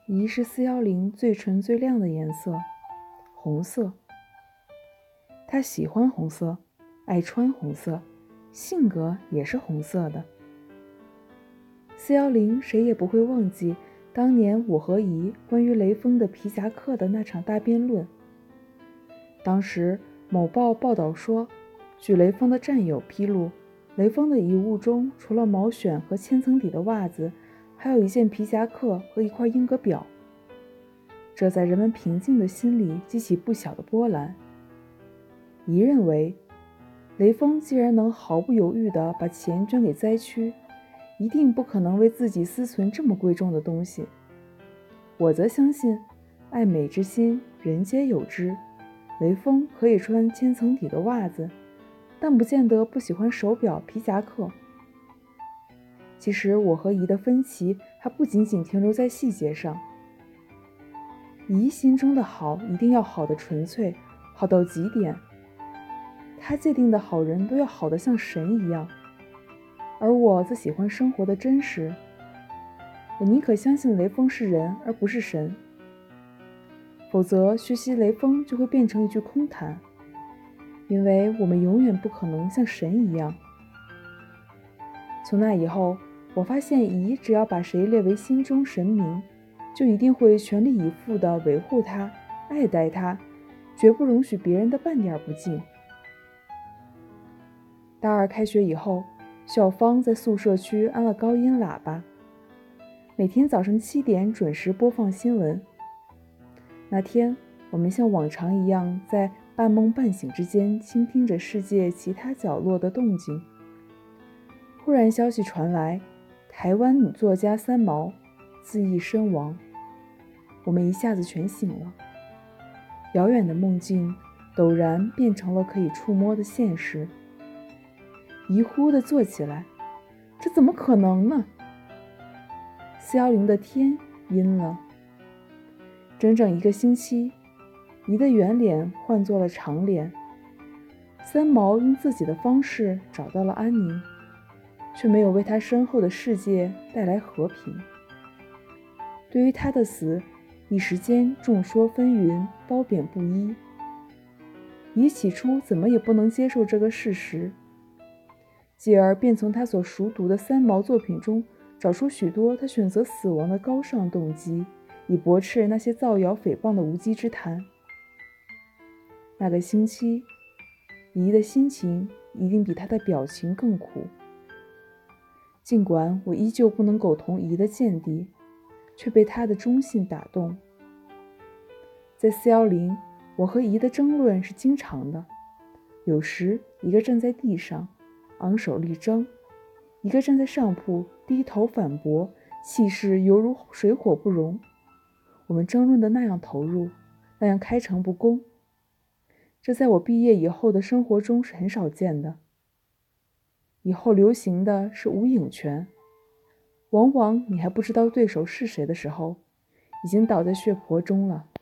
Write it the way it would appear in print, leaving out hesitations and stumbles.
宜是410最纯最亮的颜色，红色。他喜欢红色，爱穿红色，性格也是红色的。410谁也不会忘记当年我和宜关于雷锋的皮夹克的那场大辩论。当时某报报道说，据雷锋的战友披露，雷锋的遗物中除了毛选和千层底的袜子，还有一件皮夹克和一块英格表。这在人们平静的心里激起不小的波澜。宜认为，雷锋既然能毫不犹豫地把钱捐给灾区，一定不可能为自己私存这么贵重的东西。我则相信，爱美之心人皆有之，雷锋可以穿千层底的袜子，但不见得不喜欢手表、皮夹克。其实我和宜的分歧还不仅仅停留在细节上。宜心中的好一定要好的纯粹，好到极点。他界定的好人都要好得像神一样，而我则喜欢生活的真实。我宁可相信雷锋是人而不是神，否则学习雷锋就会变成一句空谈，因为我们永远不可能像神一样。从那以后，我发现宜只要把谁列为心中神明，就一定会全力以赴地维护他、爱戴他，绝不容许别人的半点不敬。大二开学以后，校方在宿舍区安了高音喇叭，每天早上7点准时播放新闻。那天，我们像往常一样在半梦半醒之间倾听着世界其他角落的动静。忽然消息传来，台湾女作家三毛自缢身亡。我们一下子全醒了，遥远的梦境陡然变成了可以触摸的现实。疑忽地坐起来，这怎么可能呢？410的天阴了。整整1个星期，宜的圆脸换作了长脸。三毛用自己的方式找到了安宁，却没有为他身后的世界带来和平。对于他的死，一时间众说纷纭，褒贬不一。宜起初怎么也不能接受这个事实，继而便从他所熟读的三毛作品中找出许多他选择死亡的高尚动机，以驳斥那些造谣诽谤的无稽之谈。那个星期，宜的心情一定比他的表情更苦。尽管我依旧不能苟同宜的见地，却被他的忠信打动。在410，我和宜的争论是经常的，有时一个站在地上昂首力争，一个站在上铺低头反驳，气势犹如水火不容。我们争论的那样投入，那样开诚布公，这在我毕业以后的生活中是很少见的。以后流行的是无影拳，往往你还不知道对手是谁的时候，已经倒在血泊中了。